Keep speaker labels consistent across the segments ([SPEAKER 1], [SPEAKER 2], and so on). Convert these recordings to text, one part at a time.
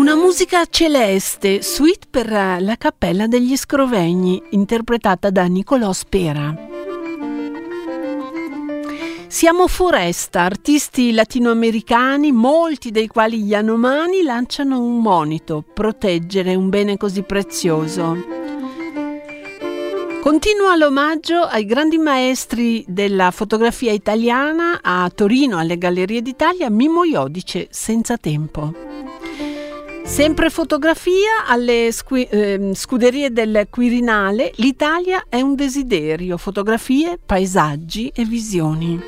[SPEAKER 1] Una musica celeste, suite per la Cappella degli Scrovegni, interpretata da Nicolò Spera. Siamo Foresta, artisti latinoamericani, molti dei quali yanomani, lanciano un monito: proteggere un bene così prezioso. Continua l'omaggio ai grandi maestri della fotografia italiana. A Torino, alle Gallerie d'Italia, Mimmo Iodice, Senza tempo. Sempre fotografia alle scuderie del Quirinale. L'Italia è un desiderio. Fotografie, paesaggi e visioni.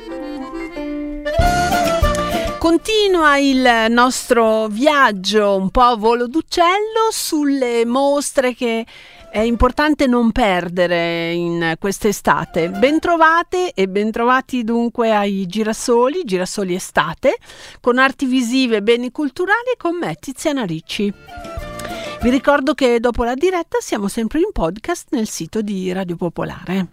[SPEAKER 1] Continua il nostro viaggio un po' a volo d'uccello sulle mostre che è importante non perdere in quest'estate. Bentrovate e bentrovati dunque ai Girasoli Estate, con arti visive, beni culturali, e con me, Tiziana Ricci. Vi ricordo che dopo la diretta siamo sempre in podcast nel sito di Radio Popolare.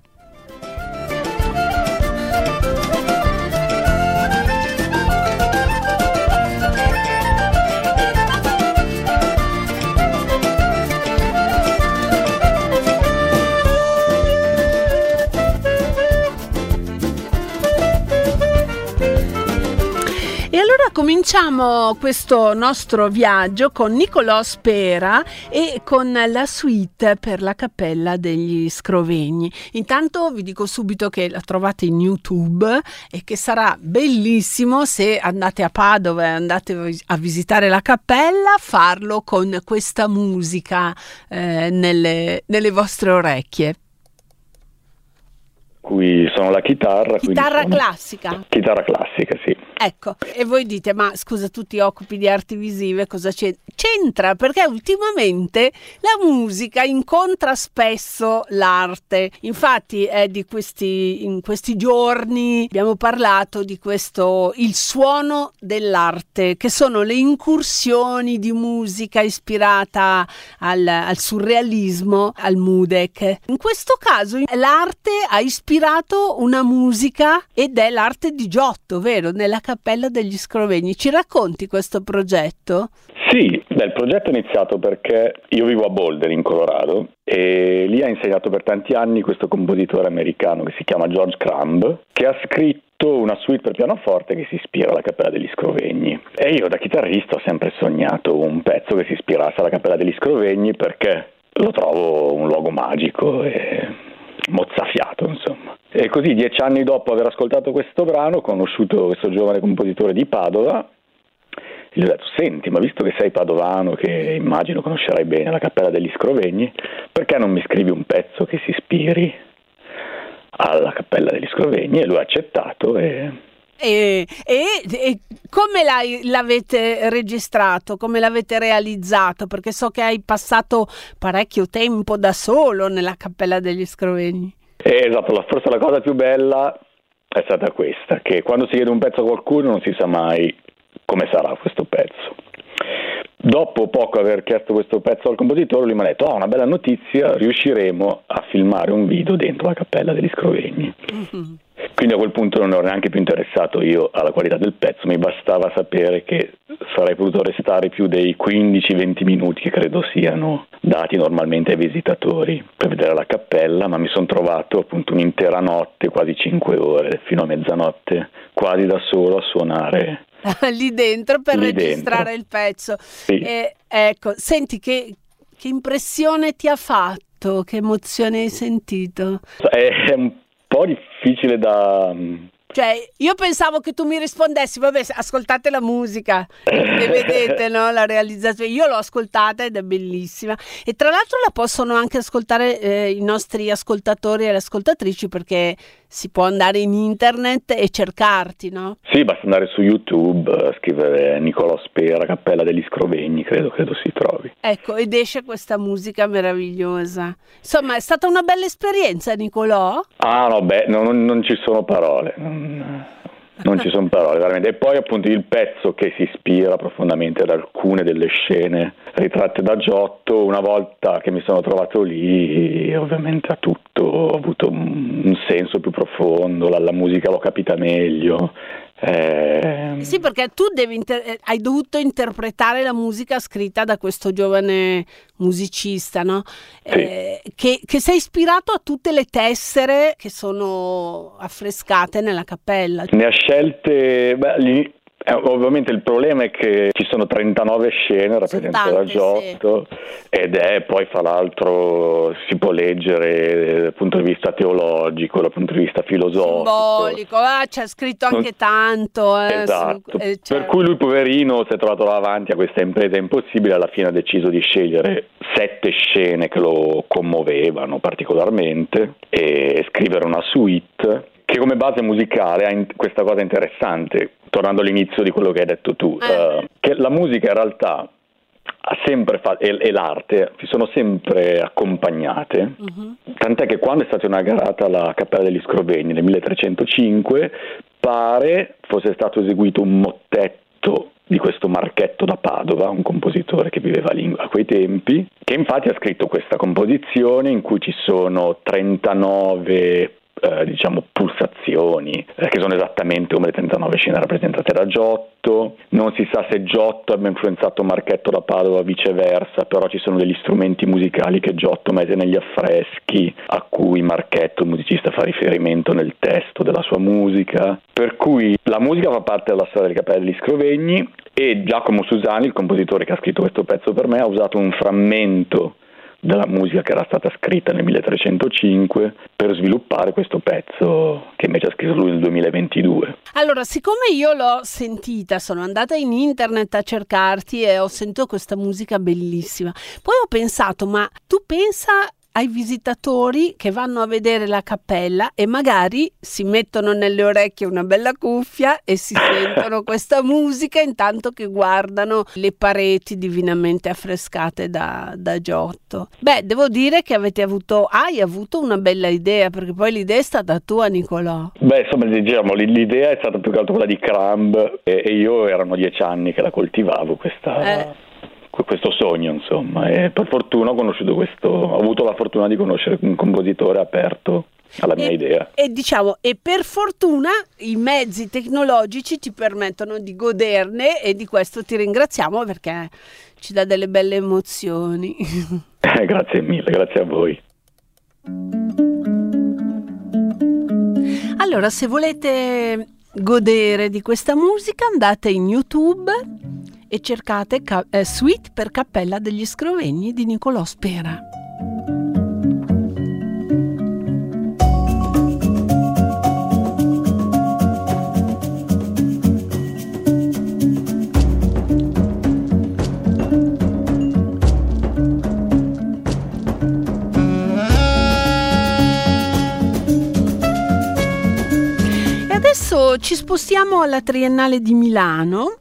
[SPEAKER 1] Allora cominciamo questo nostro viaggio con Nicolò Spera e con la suite per la Cappella degli Scrovegni. Intanto vi dico subito che la trovate in YouTube e che sarà bellissimo, se andate a Padova e andate a visitare la cappella, farlo con questa musica nelle vostre orecchie.
[SPEAKER 2] Qui sono la chitarra.
[SPEAKER 1] Classica?
[SPEAKER 2] Chitarra classica, sì.
[SPEAKER 1] Ecco, e voi dite, ma scusa, tu ti occupi di arti visive, cosa c'entra? Perché ultimamente la musica incontra spesso l'arte. Infatti in questi giorni abbiamo parlato di questo, il suono dell'arte, che sono le incursioni di musica ispirata al surrealismo, al Mudec. In questo caso l'arte ha ispirato una musica ed è l'arte di Giotto, vero? Nella Cappella degli Scrovegni. Ci racconti questo progetto?
[SPEAKER 2] Sì, il progetto è iniziato perché io vivo a Boulder, in Colorado, e lì ha insegnato per tanti anni questo compositore americano che si chiama George Crumb, che ha scritto una suite per pianoforte che si ispira alla Cappella degli Scrovegni. E io da chitarrista ho sempre sognato un pezzo che si ispirasse alla Cappella degli Scrovegni, perché lo trovo un luogo magico e mozzafiato, insomma. E così 10 anni dopo aver ascoltato questo brano ho conosciuto questo giovane compositore di Padova e gli ho detto: senti, ma visto che sei padovano, che immagino conoscerai bene la Cappella degli Scrovegni, perché non mi scrivi un pezzo che si ispiri alla Cappella degli Scrovegni? E lui ha accettato.
[SPEAKER 1] E come l'avete registrato? Come l'avete realizzato? Perché so che hai passato parecchio tempo da solo nella Cappella degli Scrovegni.
[SPEAKER 2] Esatto, forse la cosa più bella è stata questa, che quando si chiede un pezzo a qualcuno non si sa mai come sarà questo pezzo. Dopo poco aver chiesto questo pezzo al compositore, lui mi ha detto: una bella notizia, riusciremo a filmare un video dentro la Cappella degli Scrovegni. Mm-hmm. Quindi a quel punto non ero neanche più interessato io alla qualità del pezzo, mi bastava sapere che sarei potuto restare più dei 15-20 minuti, che credo siano dati normalmente ai visitatori, per vedere la cappella, ma mi sono trovato appunto un'intera notte, quasi 5 ore, fino a mezzanotte, quasi da solo a suonare
[SPEAKER 1] lì dentro per registrare il pezzo.
[SPEAKER 2] Sì.
[SPEAKER 1] Ecco, senti, che impressione ti ha fatto? Che emozione hai sentito?
[SPEAKER 2] È un po' difficile da...
[SPEAKER 1] Cioè, io pensavo che tu mi rispondessi: vabbè, ascoltate la musica e vedete, no, la realizzazione. Io l'ho ascoltata ed è bellissima, e tra l'altro la possono anche ascoltare i nostri ascoltatori e le ascoltatrici, perché si può andare in internet e cercarti, no? Sì,
[SPEAKER 2] basta andare su YouTube, scrivere Nicolò Spera, Cappella degli Scrovegni, credo si trovi.
[SPEAKER 1] Ecco, ed esce questa musica meravigliosa. Insomma, è stata una bella esperienza, Nicolò?
[SPEAKER 2] No, non ci sono parole. Non ci sono parole, veramente. E poi appunto il pezzo che si ispira profondamente ad alcune delle scene ritratte da Giotto, una volta che mi sono trovato lì, ovviamente ho avuto un senso più profondo, la musica l'ho capita meglio,
[SPEAKER 1] Sì, perché tu hai dovuto interpretare la musica scritta da questo giovane musicista, no?
[SPEAKER 2] Sì.
[SPEAKER 1] Che si è ispirato a tutte le tessere che sono affrescate nella cappella.
[SPEAKER 2] Ne ha scelte... ovviamente il problema è che ci sono 39 scene rappresentate da Giotto, sì. Ed è poi fra l'altro si può leggere dal punto di vista teologico, dal punto di vista filosofico.
[SPEAKER 1] Simbolico, c'è scritto anche tanto.
[SPEAKER 2] Esatto, per cui lui poverino si è trovato davanti a questa impresa impossibile, alla fine ha deciso di scegliere 7 scene che lo commuovevano particolarmente e scrivere una suite che come base musicale ha questa cosa interessante, tornando all'inizio di quello che hai detto tu, che la musica in realtà ha sempre e l'arte si sono sempre accompagnate, tant'è che quando è stata inaugurata la Cappella degli Scrovegni nel 1305 pare fosse stato eseguito un mottetto di questo Marchetto da Padova, un compositore che viveva a quei tempi, che infatti ha scritto questa composizione in cui ci sono 39 pulsazioni che sono esattamente come le 39 scene rappresentate da Giotto. Non si sa se Giotto abbia influenzato Marchetto da Padova o viceversa, però ci sono degli strumenti musicali che Giotto mette negli affreschi a cui Marchetto, il musicista, fa riferimento nel testo della sua musica, per cui la musica fa parte della storia delle Cappelle degli Scrovegni e Giacomo Susani, il compositore che ha scritto questo pezzo per me, ha usato un frammento della musica che era stata scritta nel 1305 per sviluppare questo pezzo che invece ha scritto lui nel 2022.
[SPEAKER 1] Allora, siccome io l'ho sentita, sono andata in internet a cercarti e ho sentito questa musica bellissima, poi ho pensato, ma tu pensa ai visitatori che vanno a vedere la cappella e magari si mettono nelle orecchie una bella cuffia e si sentono questa musica intanto che guardano le pareti divinamente affrescate da Giotto. Beh, devo dire che hai avuto una bella idea, perché poi l'idea è stata tua, Nicolò.
[SPEAKER 2] Beh, insomma, diciamo, l'idea è stata più che altro quella di Crumb e io erano 10 anni che la coltivavo questo sogno, insomma, e per fortuna ho avuto la fortuna di conoscere un compositore aperto alla mia idea.
[SPEAKER 1] E per fortuna i mezzi tecnologici ci permettono di goderne e di questo ti ringraziamo perché ci dà delle belle emozioni.
[SPEAKER 2] Grazie mille, grazie a voi.
[SPEAKER 1] Allora, se volete godere di questa musica andate in YouTube e cercate Suite per Cappella degli Scrovegni di Nicolò Spera. E adesso ci spostiamo alla Triennale di Milano,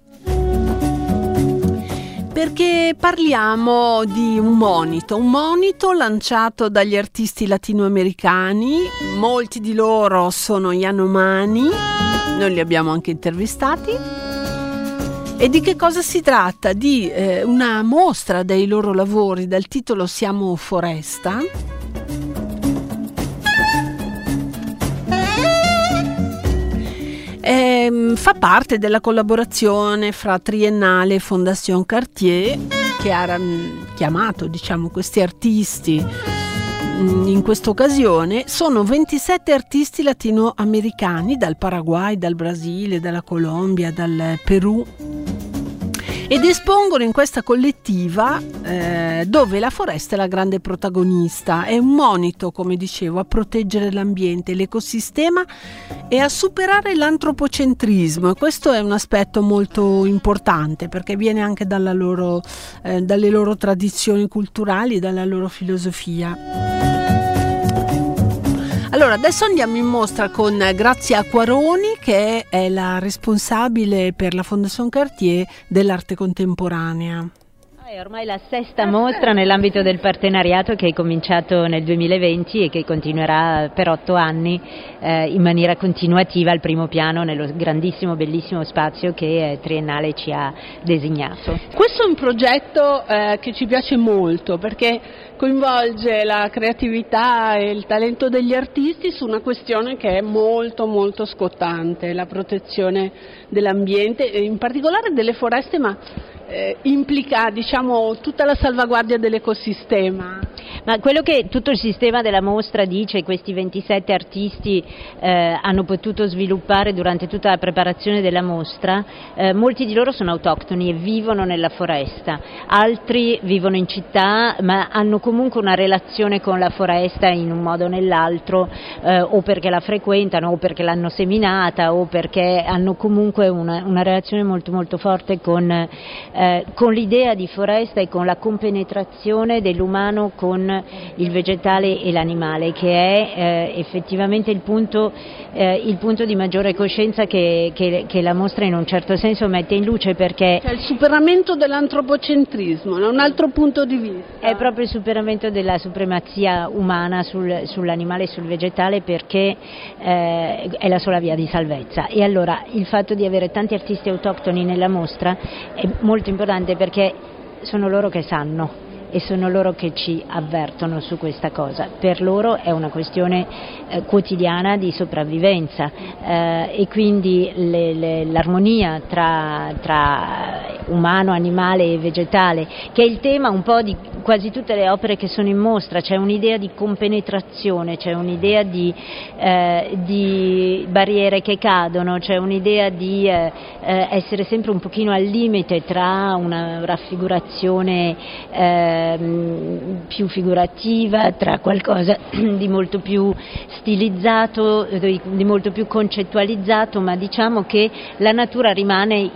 [SPEAKER 1] perché parliamo di un monito lanciato dagli artisti latinoamericani. Molti di loro sono yanomani, noi li abbiamo anche intervistati. E di che cosa si tratta? Di una mostra dei loro lavori dal titolo Siamo Foresta. Fa parte della collaborazione fra Triennale e Fondation Cartier, che ha chiamato, questi artisti in questa occasione. Sono 27 artisti latinoamericani dal Paraguay, dal Brasile, dalla Colombia, dal Perù, ed espongono in questa collettiva dove la foresta è la grande protagonista. È un monito, come dicevo, a proteggere l'ambiente, l'ecosistema e a superare l'antropocentrismo, e questo è un aspetto molto importante perché viene anche dalle loro tradizioni culturali, dalla loro filosofia. Allora, adesso andiamo in mostra con Grazia Acquaroni, che è la responsabile per la Fondation Cartier dell'arte contemporanea.
[SPEAKER 3] È ormai la sesta mostra nell'ambito del partenariato che è cominciato nel 2020 e che continuerà per 8 anni in maniera continuativa al primo piano nello grandissimo, bellissimo spazio che Triennale ci ha designato.
[SPEAKER 1] Questo è un progetto che ci piace molto perché coinvolge la creatività e il talento degli artisti su una questione che è molto molto scottante, la protezione dell'ambiente e in particolare delle foreste, ma implica tutta la salvaguardia dell'ecosistema.
[SPEAKER 3] Ma quello che tutto il sistema della mostra dice, questi 27 artisti hanno potuto sviluppare durante tutta la preparazione della mostra, molti di loro sono autoctoni e vivono nella foresta, altri vivono in città ma hanno comunque una relazione con la foresta in un modo o nell'altro, o perché la frequentano o perché l'hanno seminata o perché hanno comunque una relazione molto molto forte con l'idea di foresta e con la compenetrazione dell'umano con il vegetale e l'animale, che è effettivamente il punto di maggiore coscienza che la mostra in un certo senso mette in luce, perché
[SPEAKER 1] il superamento dell'antropocentrismo, un altro punto di vista.
[SPEAKER 3] È proprio il superamento della supremazia umana sull'animale e sul vegetale, perché è la sola via di salvezza. E allora il fatto di avere tanti artisti autoctoni nella mostra è molto importante, perché sono loro che sanno e sono loro che ci avvertono su questa cosa. Per loro è una questione quotidiana di sopravvivenza, e quindi l'armonia tra umano, animale e vegetale, che è il tema un po' di quasi tutte le opere che sono in mostra. C'è un'idea di compenetrazione, c'è un'idea di barriere che cadono, c'è un'idea di essere sempre un pochino al limite tra una raffigurazione più figurativa, tra qualcosa di molto più stilizzato, di molto più concettualizzato, ma diciamo che la natura rimane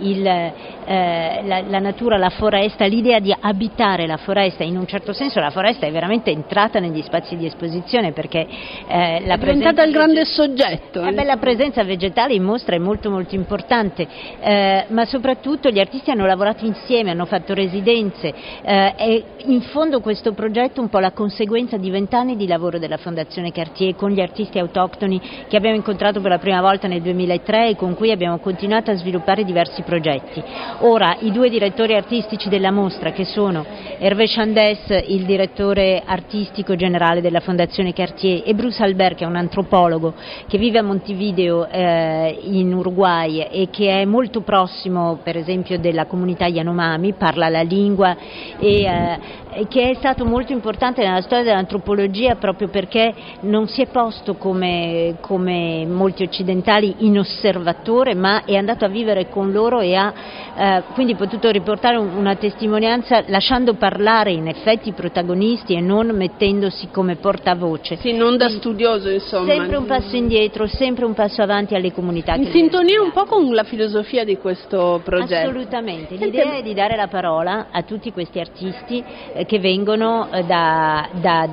[SPEAKER 3] la natura, la foresta, l'idea di abitare la foresta. In un certo senso la foresta è veramente entrata negli spazi di esposizione, perché
[SPEAKER 1] è diventata il grande soggetto.
[SPEAKER 3] La presenza vegetale in mostra è molto molto importante, ma soprattutto gli artisti hanno lavorato insieme, hanno fatto residenze, e in fondo questo progetto è un po' la conseguenza di 20 anni di lavoro della Fondazione Cartier con gli artisti autoctoni che abbiamo incontrato per la prima volta nel 2003 e con cui abbiamo continuato a sviluppare diversi progetti. Ora i due direttori artistici della mostra, che sono Hervé Chandès, il direttore artistico generale della Fondazione Cartier, e Bruce Albert, che è un antropologo che vive a Montevideo in Uruguay e che è molto prossimo per esempio della comunità Yanomami, parla la lingua e che è stato molto importante nella storia dell'antropologia, proprio perché non si è posto come molti occidentali in osservatore, ma è andato a vivere con loro e ha quindi potuto riportare una testimonianza, lasciando parlare in effetti i protagonisti e non mettendosi come portavoce.
[SPEAKER 1] Sì, non da studioso, insomma.
[SPEAKER 3] Sempre un passo indietro, sempre un passo avanti alle comunità.
[SPEAKER 1] In sintonia un po' con la filosofia di questo progetto.
[SPEAKER 3] Assolutamente, l'idea è di dare la parola a tutti questi artisti che vengono da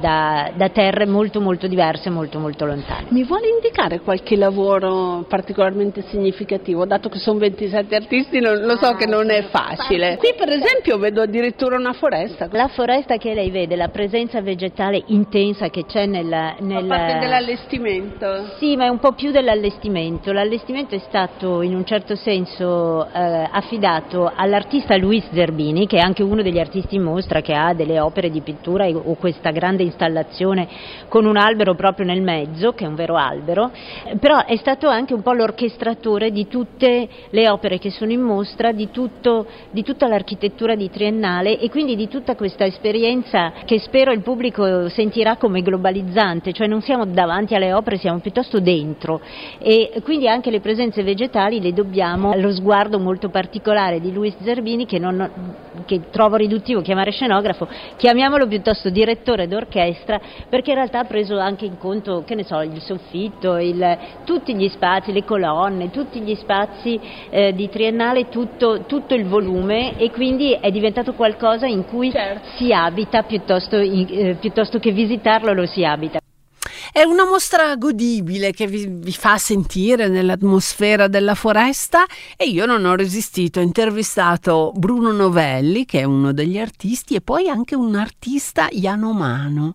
[SPEAKER 3] terre molto molto diverse, molto molto lontane.
[SPEAKER 1] Mi vuole indicare qualche lavoro particolarmente significativo, dato che sono 27 artisti, lo so che non è facile. Qui per esempio vedo addirittura una foresta.
[SPEAKER 3] La foresta che lei vede, la presenza vegetale intensa che c'è
[SPEAKER 1] Fa parte dell'allestimento.
[SPEAKER 3] Sì, ma è un po' più dell'allestimento. L'allestimento è stato in un certo senso affidato all'artista Luis Zerbini, che è anche uno degli artisti in mostra, che ha delle opere di pittura o questa grande installazione con un albero proprio nel mezzo, che è un vero albero, però è stato anche un po' l'orchestratore di tutte le opere che sono in mostra, di tutta l'architettura di Triennale, e quindi di tutta questa esperienza che spero il pubblico sentirà come globalizzante, cioè non siamo davanti alle opere, siamo piuttosto dentro, e quindi anche le presenze vegetali le dobbiamo allo sguardo molto particolare di Luis Zerbini, che trovo riduttivo chiamare scenografo, chiamiamolo piuttosto direttore d'orchestra, perché in realtà ha preso anche in conto, che ne so, il soffitto, tutti gli spazi, le colonne, tutti gli spazi di Triennale, tutto il volume, e quindi è diventato qualcosa in cui si abita piuttosto che visitarlo, lo si abita.
[SPEAKER 1] È una mostra godibile che vi fa sentire nell'atmosfera della foresta e io non ho resistito. Ho intervistato Bruno Novelli, che è uno degli artisti, e poi anche un artista yanomano.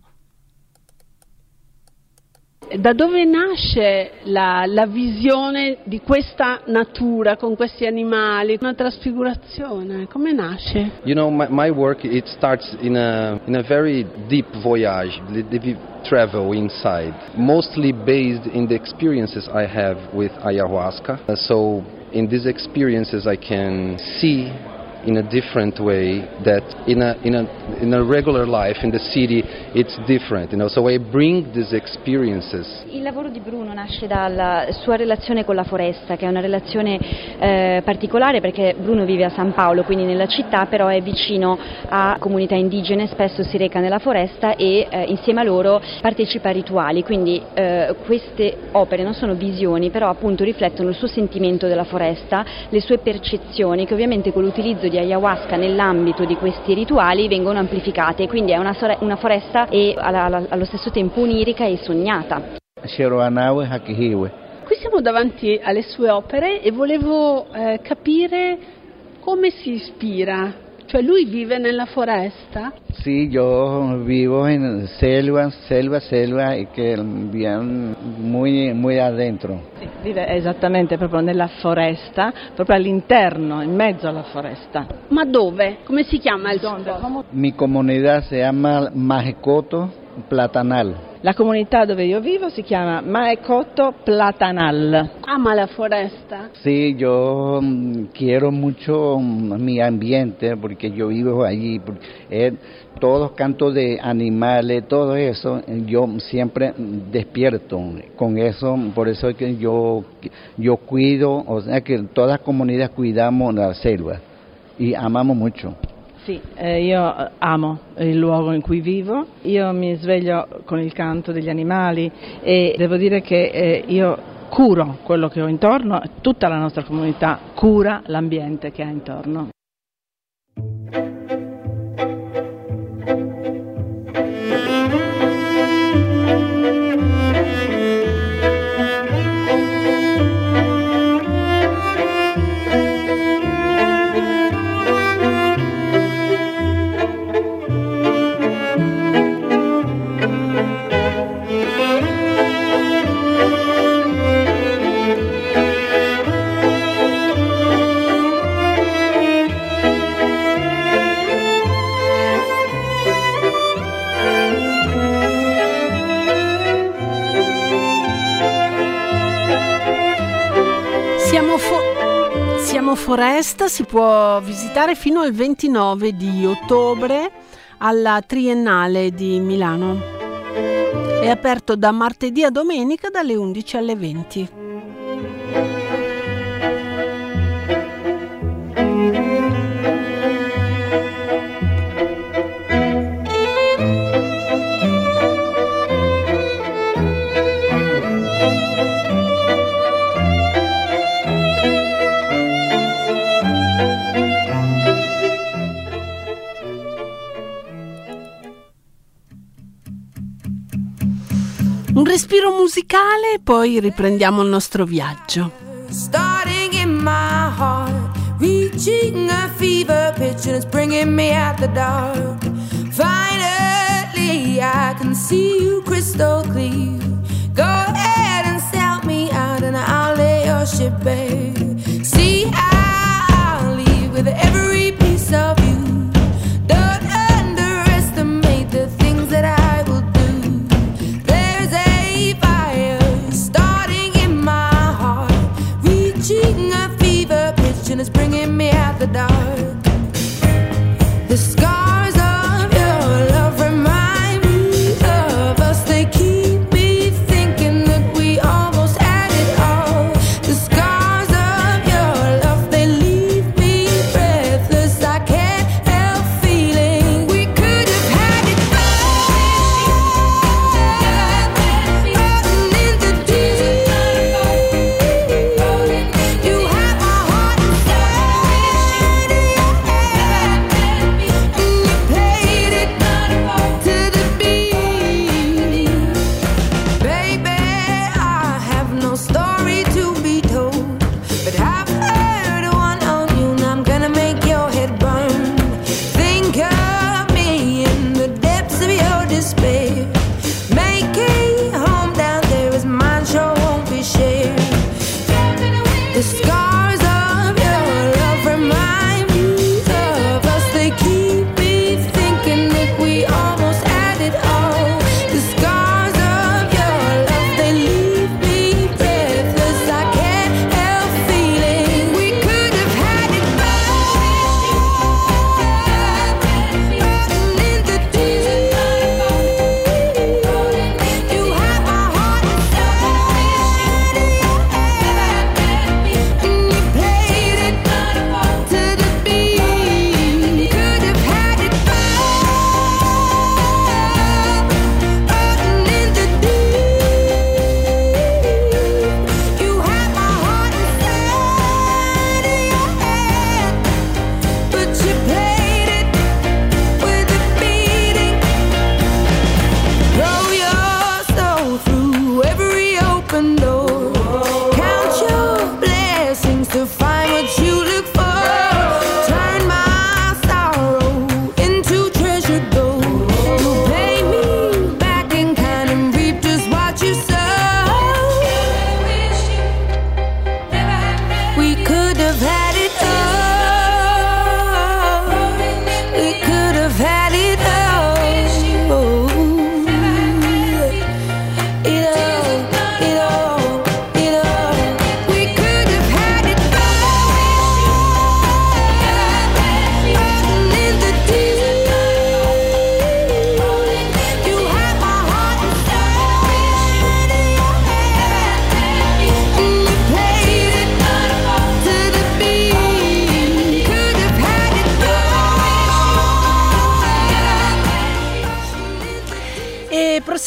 [SPEAKER 1] Da dove nasce la visione di questa natura con questi animali? Una trasfigurazione, come nasce?
[SPEAKER 4] You know, my work, it starts in a very deep voyage, deep travel inside, mostly based in the experiences I have with ayahuasca. So in these experiences I can see in a different way that in a regular life in the city it's different, you know, so I bring these experiences.
[SPEAKER 5] Il lavoro di Bruno nasce dalla sua relazione con la foresta, che è una relazione particolare perché Bruno vive a San Paolo, quindi nella città, però è vicino a comunità indigene, spesso si reca nella foresta e insieme a loro partecipa a rituali, quindi queste opere non sono visioni, però appunto riflettono il suo sentimento della foresta, le sue percezioni, che ovviamente con l'utilizzo di ayahuasca nell'ambito di questi rituali vengono amplificate, quindi è una foresta e allo stesso tempo onirica e sognata.
[SPEAKER 1] Qui siamo davanti alle sue opere e volevo capire come si ispira. Cioè lui vive nella foresta?
[SPEAKER 6] Sì, io vivo in selva e che bien muy adentro.
[SPEAKER 7] Sì, vive esattamente proprio nella foresta, proprio all'interno, in mezzo alla foresta.
[SPEAKER 1] Ma dove? Come si chiama il posto?
[SPEAKER 6] Mi comunità si chiama Mahecoto Platanal.
[SPEAKER 7] La comunità dove io vivo si chiama Mahecoto Platanal.
[SPEAKER 1] Ama la foresta?
[SPEAKER 6] Sí, yo quiero mucho mi ambiente porque yo vivo allí. Todos cantos de animales, todo eso, yo siempre despierto con eso. Por eso es que yo cuido, o sea que todas las comunidades cuidamos la selva y amamos mucho.
[SPEAKER 7] Sì, io amo il luogo in cui vivo, io mi sveglio con il canto degli animali e devo dire che io curo quello che ho intorno, tutta la nostra comunità cura l'ambiente che ha intorno.
[SPEAKER 1] Siamo Foresta si può visitare fino al 29 di ottobre alla Triennale di Milano. È aperto da martedì a domenica dalle 11 alle 20. Un respiro musicale, poi riprendiamo il nostro viaggio.
[SPEAKER 8] Starting in my heart, reaching a fever pitch and it's bringing me out the dark. Finally I can see you crystal clear. Go ahead and sell me out and I'll lay your ship bare. See I'll leave with every piece of you. Don't underestimate the things that I will do. There's a fire starting in my heart, reaching a fever pitch and it's bringing me out the dark. The scars of your love remind me of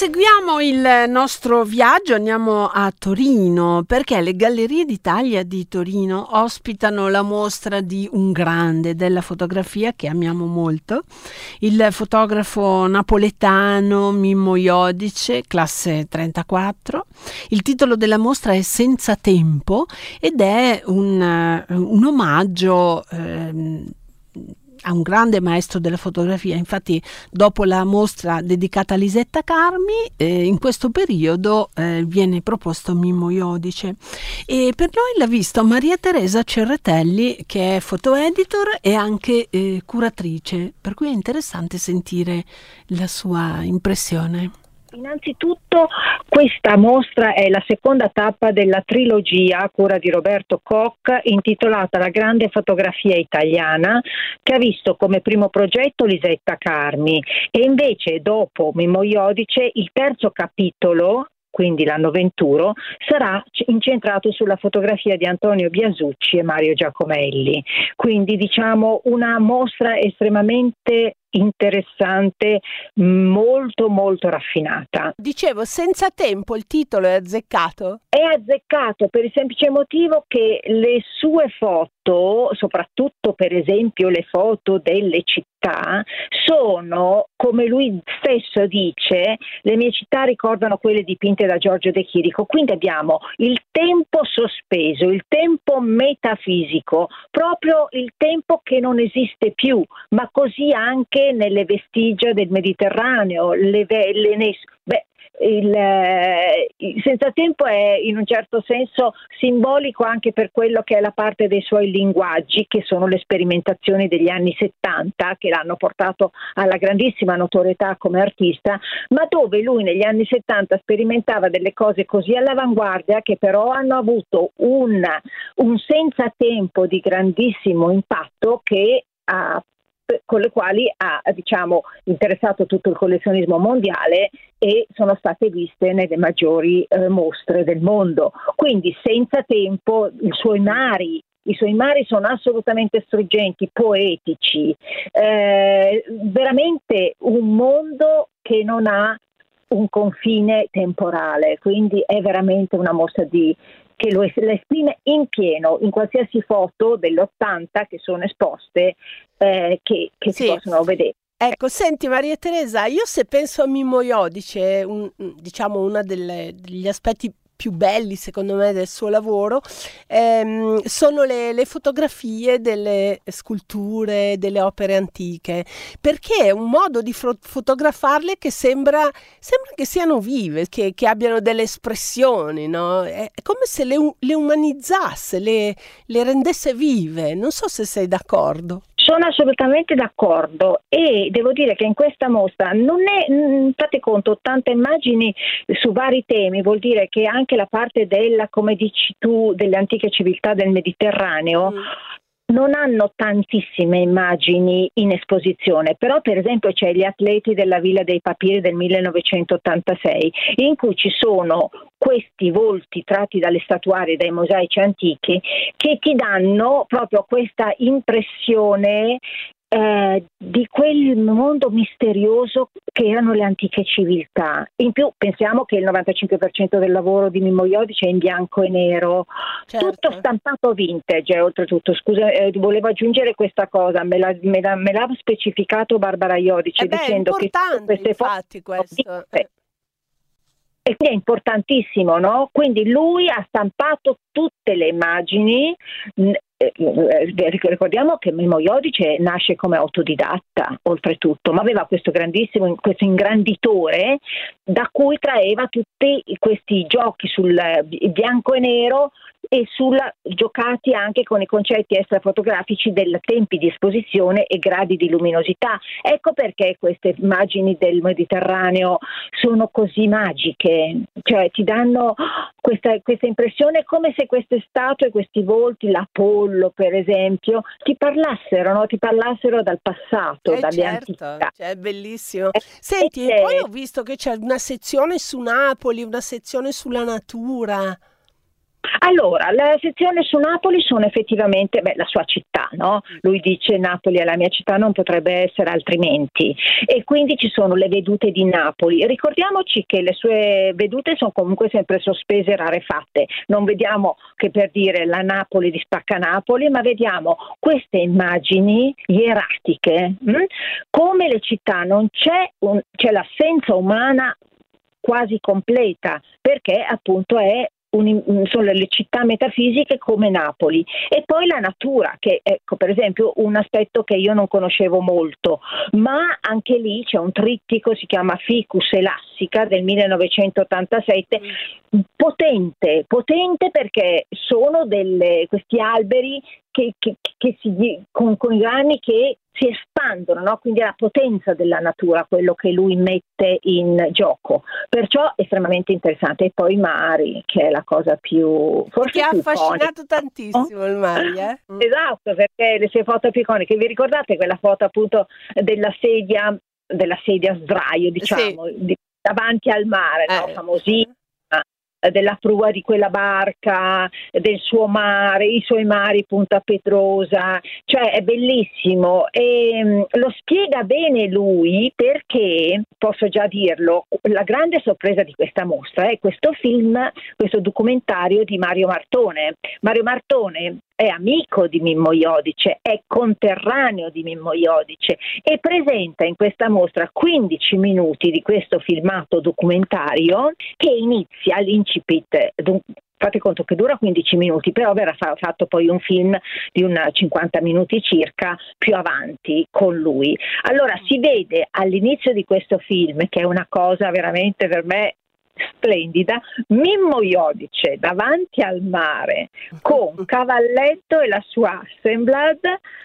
[SPEAKER 1] Proseguiamo il nostro viaggio, andiamo a Torino perché le Gallerie d'Italia di Torino ospitano la mostra di un grande della fotografia che amiamo molto, il fotografo napoletano Mimmo Iodice, classe 34. Il titolo della mostra è Senza tempo ed è un omaggio a un grande maestro della fotografia. Infatti dopo la mostra dedicata a Lisetta Carmi in questo periodo viene proposto Mimmo Iodice e per noi l'ha visto Maria Teresa Cerretelli, che è fotoeditor e anche curatrice, per cui è interessante sentire la sua impressione.
[SPEAKER 9] Innanzitutto questa mostra è la seconda tappa della trilogia a cura di Roberto Koch intitolata La grande fotografia italiana, che ha visto come primo progetto Lisetta Carmi e invece dopo Mimmo Iodice il terzo capitolo, quindi l'anno 21, sarà incentrato sulla fotografia di Antonio Biasucci e Mario Giacomelli. Quindi diciamo una mostra estremamente interessante, molto molto raffinata.
[SPEAKER 1] Dicevo, Senza tempo, il titolo è azzeccato?
[SPEAKER 9] È azzeccato per il semplice motivo che le sue foto, soprattutto per esempio le foto delle città, sono, come lui stesso dice, le mie città ricordano quelle dipinte da Giorgio De Chirico, quindi abbiamo il tempo sospeso, il tempo metafisico, proprio il tempo che non esiste più, ma così anche nelle vestigia del Mediterraneo, il Senza tempo è in un certo senso simbolico anche per quello che è la parte dei suoi linguaggi, che sono le sperimentazioni degli anni 70 che l'hanno portato alla grandissima notorietà come artista, ma dove lui negli anni 70 sperimentava delle cose così all'avanguardia che però hanno avuto un senza tempo di grandissimo impatto con le quali ha interessato tutto il collezionismo mondiale e sono state viste nelle maggiori mostre del mondo. Quindi Senza tempo, i suoi mari sono assolutamente struggenti, poetici, veramente un mondo che non ha un confine temporale, quindi è veramente una mostra che lo esprime in pieno in qualsiasi foto dell'80 che sono esposte, che si possono vedere.
[SPEAKER 1] Ecco, senti Maria Teresa, io se penso a Mimmo Iodice, uno degli aspetti più belli secondo me del suo lavoro sono le fotografie delle sculture, delle opere antiche, perché è un modo di fotografarle che sembra che siano vive, che abbiano delle espressioni, no? È come se le umanizzasse, le rendesse vive. Non so se sei d'accordo.
[SPEAKER 9] Sono assolutamente d'accordo e devo dire che in questa mostra non è, fate conto, 80 immagini su vari temi, vuol dire che anche la parte come dici tu, delle antiche civiltà del Mediterraneo non hanno tantissime immagini in esposizione, però per esempio c'è Gli atleti della Villa dei Papiri del 1986, in cui ci sono questi volti tratti dalle statuarie, dai mosaici antichi, che ti danno proprio questa impressione di quel mondo misterioso che erano le antiche civiltà. In più pensiamo che il 95% del lavoro di Mimmo Iodice è in bianco e nero, certo. Tutto stampato vintage, oltretutto. Scusa, volevo aggiungere questa cosa, me l'ha specificato Barbara Iodice dicendo che queste
[SPEAKER 1] infatti questo.
[SPEAKER 9] E quindi è importantissimo, no? Quindi lui ha stampato tutte le immagini. Ricordiamo che Mimmo Iodice nasce come autodidatta, oltretutto, ma aveva questo ingranditore da cui traeva tutti questi giochi sul bianco e nero e giocati anche con i concetti extrafotografici del tempi di esposizione e gradi di luminosità. Ecco perché queste immagini del Mediterraneo sono così magiche, cioè ti danno questa impressione come se queste statue, questi volti, l'Apollo per esempio, ti parlassero dal passato, dalle antichità.
[SPEAKER 1] Cioè, è bellissimo. Senti, poi ho visto che c'è una sezione su Napoli, una sezione sulla natura.
[SPEAKER 9] Allora, la sezione su Napoli sono effettivamente la sua città, no? Lui dice Napoli è la mia città, non potrebbe essere altrimenti, e quindi ci sono le vedute di Napoli. Ricordiamoci che le sue vedute sono comunque sempre sospese e rarefatte, non vediamo, che per dire, la Napoli di Spaccanapoli, ma vediamo queste immagini ieratiche, come le città non c'è l'assenza umana quasi completa, perché appunto sono le città metafisiche come Napoli. E poi la natura, che ecco, per esempio, un aspetto che io non conoscevo molto, ma anche lì c'è un trittico, si chiama Ficus Elassica del 1987, potente perché sono questi alberi con i rami che si espandono, no? Quindi è la potenza della natura quello che lui mette in gioco, perciò estremamente interessante. E poi i mari, che è la cosa più forse
[SPEAKER 1] che ha
[SPEAKER 9] più
[SPEAKER 1] affascinato
[SPEAKER 9] iconica.
[SPEAKER 1] tantissimo il mare,
[SPEAKER 9] Esatto, perché le sue foto più iconiche, vi ricordate quella foto appunto della sedia a sdraio, diciamo, davanti al mare, no? Famosissima, della prua di quella barca, del suo mare, i suoi mari Punta Petrosa, cioè è bellissimo, e lo spiega bene lui, perché posso già dirlo, la grande sorpresa di questa mostra è questo film, questo documentario di Mario Martone. Mario Martone è amico di Mimmo Iodice, è conterraneo di Mimmo Iodice e presenta in questa mostra 15 minuti di questo filmato documentario che inizia l'incipit. Fate conto che dura 15 minuti, però verrà fatto poi un film di 50 minuti circa più avanti con lui. Allora si vede all'inizio di questo film, che è una cosa veramente per me splendida, Mimmo Iodice davanti al mare con Cavalletto e la sua Hasselblad,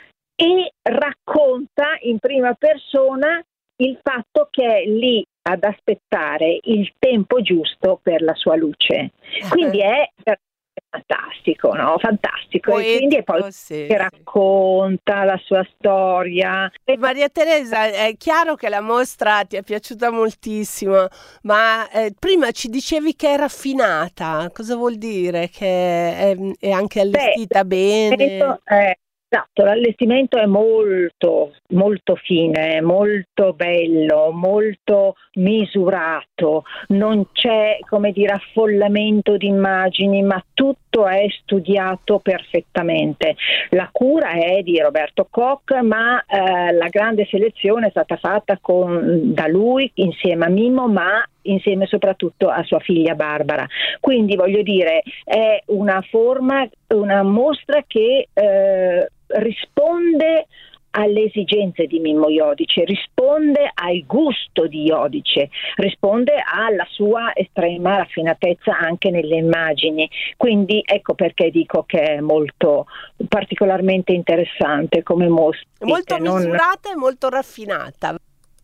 [SPEAKER 9] e racconta in prima persona il fatto che è lì ad aspettare il tempo giusto per la sua luce. Quindi è fantastico, no? Fantastico.
[SPEAKER 1] Poetico,
[SPEAKER 9] e quindi poi che racconta la sua storia.
[SPEAKER 1] Maria Teresa, è chiaro che la mostra ti è piaciuta moltissimo, ma prima ci dicevi che è raffinata. Cosa vuol dire? Che è anche allestita bene?
[SPEAKER 9] Esatto, l'allestimento è molto, molto fine, molto bello, molto misurato, non c'è, come dire, affollamento di immagini, ma tutto è studiato perfettamente. La cura è di Roberto Koch, ma la grande selezione è stata fatta da lui insieme a Mimmo, ma insieme soprattutto a sua figlia Barbara. Quindi voglio dire, è una mostra che risponde alle esigenze di Mimmo Iodice, risponde al gusto di Iodice, risponde alla sua estrema raffinatezza anche nelle immagini. Quindi ecco perché dico che è molto particolarmente interessante come mostra.
[SPEAKER 1] Molto misurata e molto raffinata.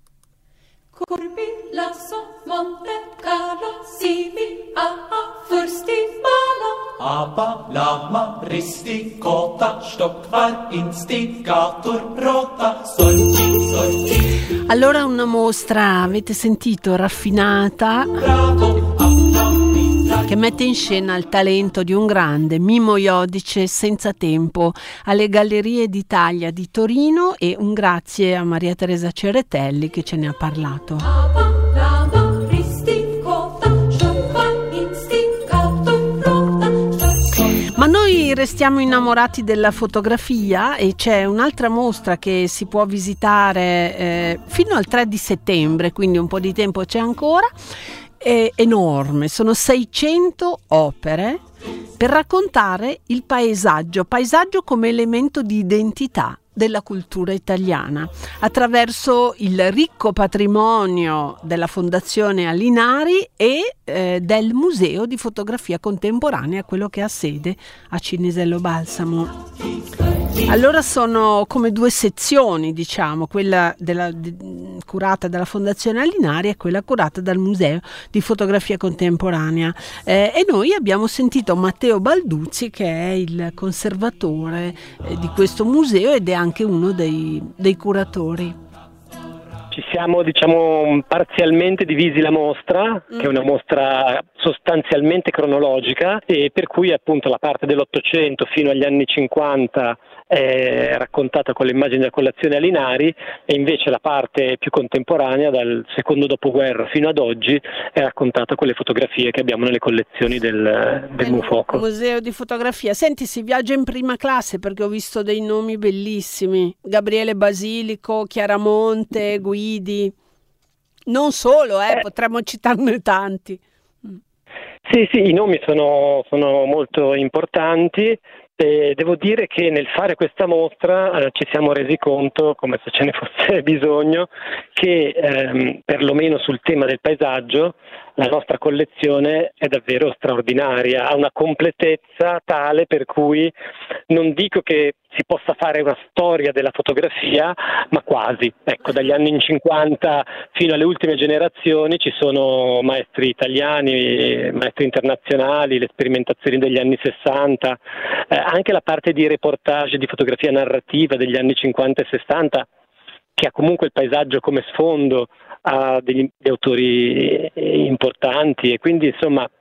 [SPEAKER 8] Corbi lasso Monte Carlo sivi a fursti bala aber lama risti kota stockvar instigator rota sorgi.
[SPEAKER 1] Allora una mostra, avete sentito, raffinata, che mette in scena il talento di un grande, Mimmo Iodice, senza tempo, alle Gallerie d'Italia di Torino, e un grazie a Maria Teresa Ceretelli che ce ne ha parlato. Ma noi restiamo innamorati della fotografia e c'è un'altra mostra che si può visitare fino al 3 di settembre, quindi un po' di tempo c'è ancora. È enorme, sono 600 opere per raccontare il paesaggio come elemento di identità della cultura italiana, attraverso il ricco patrimonio della Fondazione Alinari e del Museo di Fotografia Contemporanea, quello che ha sede a Cinisello Balsamo. Allora sono come due sezioni, diciamo, quella curata dalla Fondazione Alinari e quella curata dal Museo di Fotografia Contemporanea. E noi abbiamo sentito Matteo Balduzzi, che è il conservatore di questo museo ed è anche uno dei curatori.
[SPEAKER 10] Ci siamo, diciamo, parzialmente divisi la mostra, che è una mostra sostanzialmente cronologica, e per cui appunto la parte dell'Ottocento fino agli anni 50 è raccontata con le immagini della collezione Alinari, e invece la parte più contemporanea, dal secondo dopoguerra fino ad oggi, è raccontata con le fotografie che abbiamo nelle collezioni del Mufoco.
[SPEAKER 1] Museo di fotografia. Senti, si viaggia in prima classe perché ho visto dei nomi bellissimi: Gabriele Basilico, Chiaramonte, Guidi. Non solo, potremmo citarne tanti.
[SPEAKER 10] Sì, i nomi sono molto importanti. Devo dire che nel fare questa mostra ci siamo resi conto, come se ce ne fosse bisogno, che perlomeno sul tema del paesaggio la nostra collezione è davvero straordinaria, ha una completezza tale per cui non dico che si possa fare una storia della fotografia, ma quasi. Ecco, dagli anni 50 fino alle ultime generazioni ci sono maestri italiani, maestri internazionali, le sperimentazioni degli anni 60, anche la parte di reportage, di fotografia narrativa degli anni 50 e 60, che ha comunque il paesaggio come sfondo, ha degli autori importanti, e quindi insomma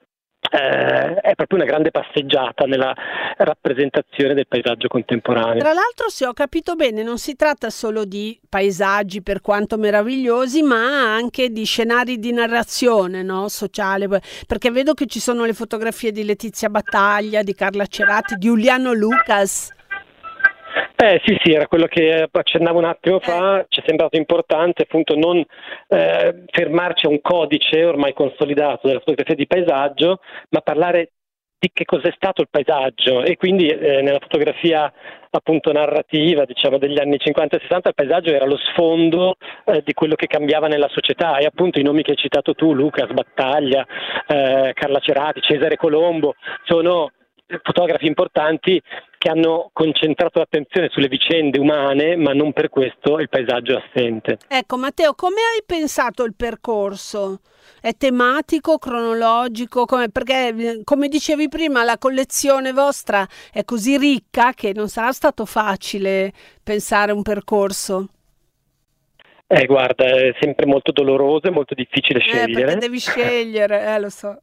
[SPEAKER 10] è proprio una grande passeggiata nella rappresentazione del paesaggio contemporaneo.
[SPEAKER 1] Tra l'altro, se ho capito bene, non si tratta solo di paesaggi, per quanto meravigliosi, ma anche di scenari di narrazione, no? Sociale, perché vedo che ci sono le fotografie di Letizia Battaglia, di Carla Cerati, di Giuliano Lucas.
[SPEAKER 10] Sì, era quello che accennavo un attimo fa. Ci è sembrato importante appunto non fermarci a un codice ormai consolidato della fotografia di paesaggio, ma parlare di che cos'è stato il paesaggio, e quindi nella fotografia appunto narrativa, diciamo, degli anni 50 e 60 il paesaggio era lo sfondo di quello che cambiava nella società, e appunto i nomi che hai citato tu, Lucas, Battaglia, Carla Cerati, Cesare Colombo, sono fotografi importanti che hanno concentrato l'attenzione sulle vicende umane, ma non per questo il paesaggio è assente.
[SPEAKER 1] Ecco, Matteo, come hai pensato il percorso? È tematico, cronologico? Perché, come dicevi prima, la collezione vostra è così ricca che non sarà stato facile pensare un percorso.
[SPEAKER 10] Guarda, è sempre molto doloroso e molto difficile scegliere.
[SPEAKER 1] Perché devi scegliere, lo so.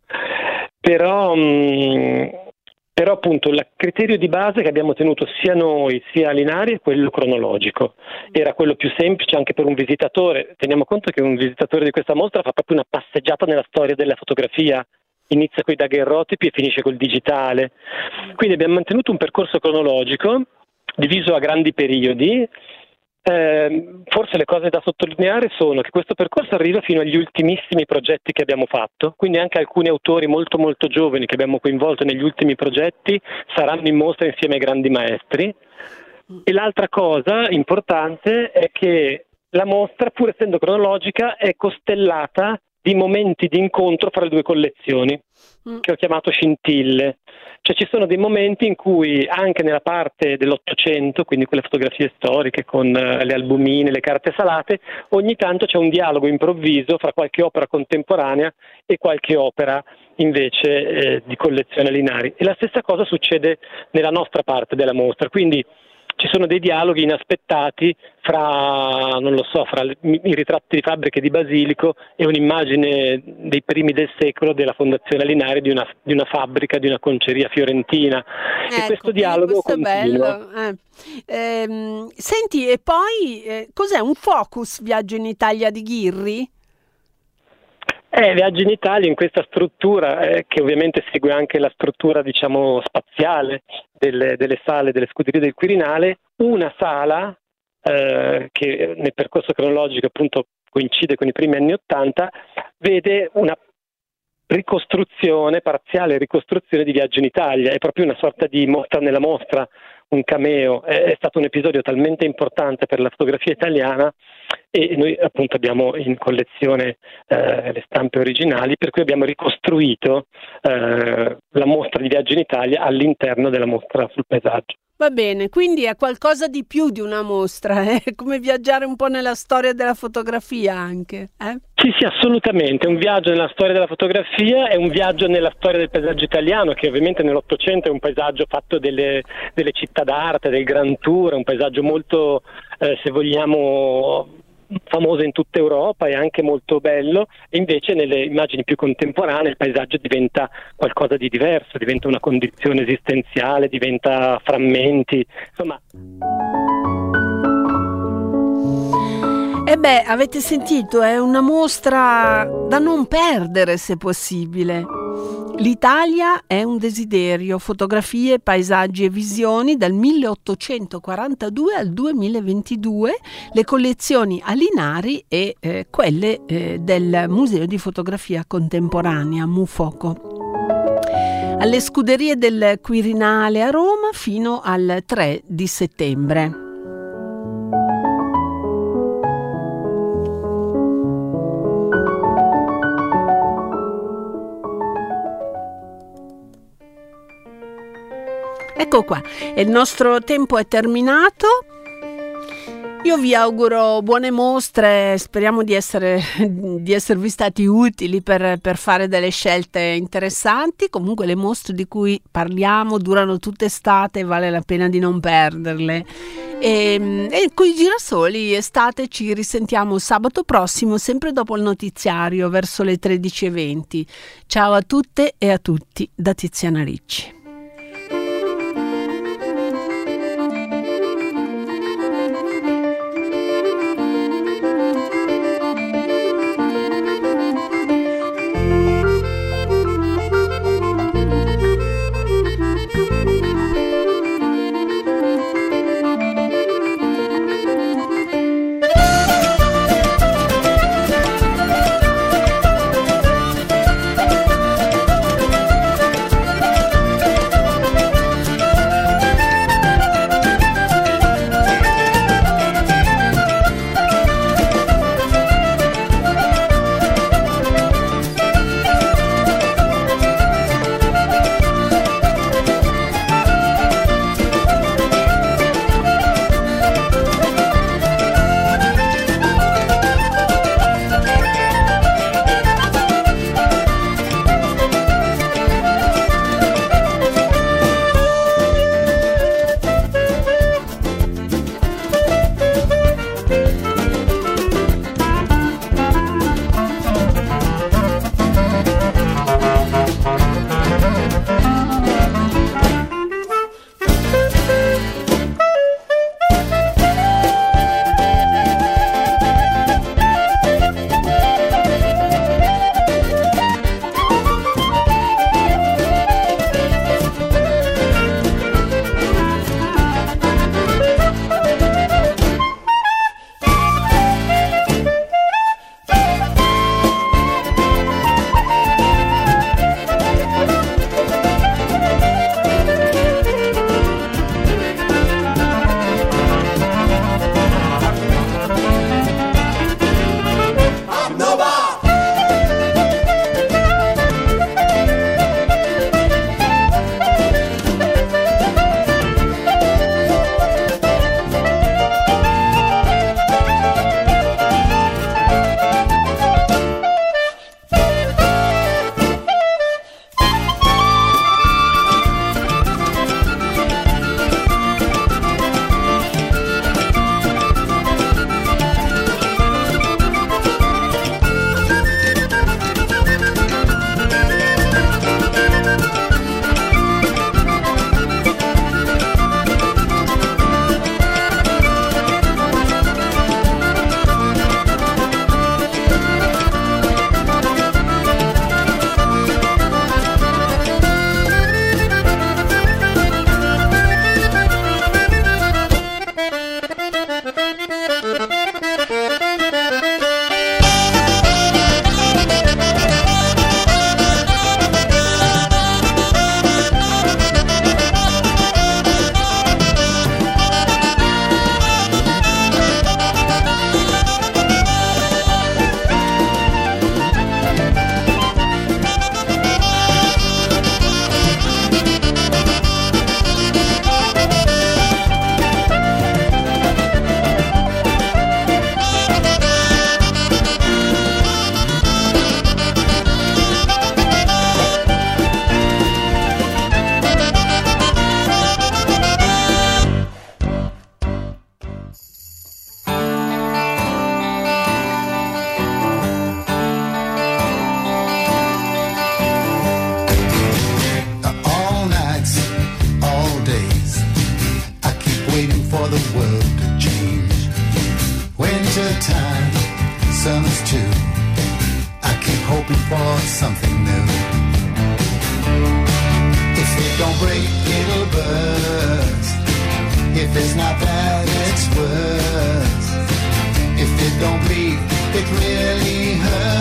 [SPEAKER 10] Però appunto il criterio di base che abbiamo tenuto sia noi sia Alinari è quello cronologico. Era quello più semplice anche per un visitatore. Teniamo conto che un visitatore di questa mostra fa proprio una passeggiata nella storia della fotografia. Inizia coi daguerrotipi e finisce col digitale. Quindi abbiamo mantenuto un percorso cronologico diviso a grandi periodi. Forse le cose da sottolineare sono che questo percorso arriva fino agli ultimissimi progetti che abbiamo fatto, quindi anche alcuni autori molto molto giovani che abbiamo coinvolto negli ultimi progetti saranno in mostra insieme ai grandi maestri. E l'altra cosa importante è che la mostra, pur essendo cronologica, è costellata di momenti di incontro fra le due collezioni, che ho chiamato scintille. Cioè ci sono dei momenti in cui anche nella parte dell'Ottocento, quindi quelle fotografie storiche con le albumine, le carte salate, ogni tanto c'è un dialogo improvviso fra qualche opera contemporanea e qualche opera invece di collezione Alinari. E la stessa cosa succede nella nostra parte della mostra, quindi ci sono dei dialoghi inaspettati fra i ritratti di fabbriche di Basilico e un'immagine dei primi del secolo della Fondazione Alinari di una fabbrica, di una conceria fiorentina. Ecco, e questo dialogo continua.
[SPEAKER 1] Bello. Senti, e poi cos'è un focus Viaggio in Italia di Ghirri?
[SPEAKER 10] Viaggio in Italia in questa struttura che ovviamente segue anche la struttura, diciamo, spaziale delle sale delle scuderie del Quirinale, una sala che nel percorso cronologico appunto coincide con i primi anni '80, vede una parziale ricostruzione di Viaggio in Italia, è proprio una sorta di mostra nella mostra, un cameo. È stato un episodio talmente importante per la fotografia italiana, e noi appunto abbiamo in collezione le stampe originali, per cui abbiamo ricostruito la mostra di Viaggio in Italia all'interno della mostra sul paesaggio.
[SPEAKER 1] Va bene, quindi è qualcosa di più di una mostra, è come viaggiare un po' nella storia della fotografia anche.
[SPEAKER 10] Sì, assolutamente, è un viaggio nella storia della fotografia, è un viaggio nella storia del paesaggio italiano, che ovviamente nell'Ottocento è un paesaggio fatto delle città d'arte, del Grand Tour, è un paesaggio molto, se vogliamo, famoso in tutta Europa e anche molto bello, e invece nelle immagini più contemporanee il paesaggio diventa qualcosa di diverso, diventa una condizione esistenziale, diventa frammenti, insomma.
[SPEAKER 1] E beh, avete sentito, è una mostra da non perdere se possibile. L'Italia è un desiderio, fotografie, paesaggi e visioni dal 1842 al 2022, le collezioni Alinari e quelle del Museo di Fotografia Contemporanea Mufoco. Alle Scuderie del Quirinale a Roma fino al 3 di settembre. Ecco qua, il nostro tempo è terminato. Io vi auguro buone mostre, speriamo di esservi stati utili per fare delle scelte interessanti. Comunque le mostre di cui parliamo durano tutta estate, vale la pena di non perderle. E con i Girasoli estate ci risentiamo sabato prossimo, sempre dopo il notiziario, verso le 13:20. Ciao a tutte e a tutti da Tiziana Ricci.
[SPEAKER 11] won't break, it'll burst. If it's not that, it's worse. If it don't bleed, it really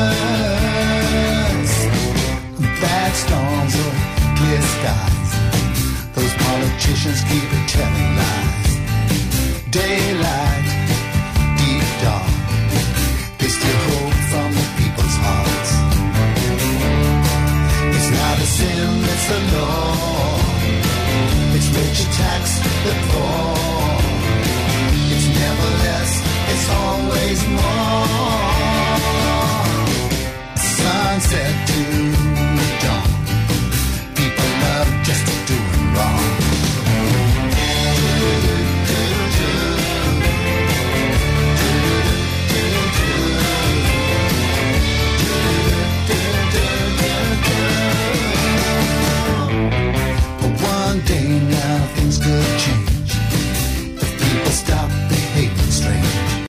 [SPEAKER 11] hurts. Bad storms or clear skies, those politicians keep telling lies. Daylight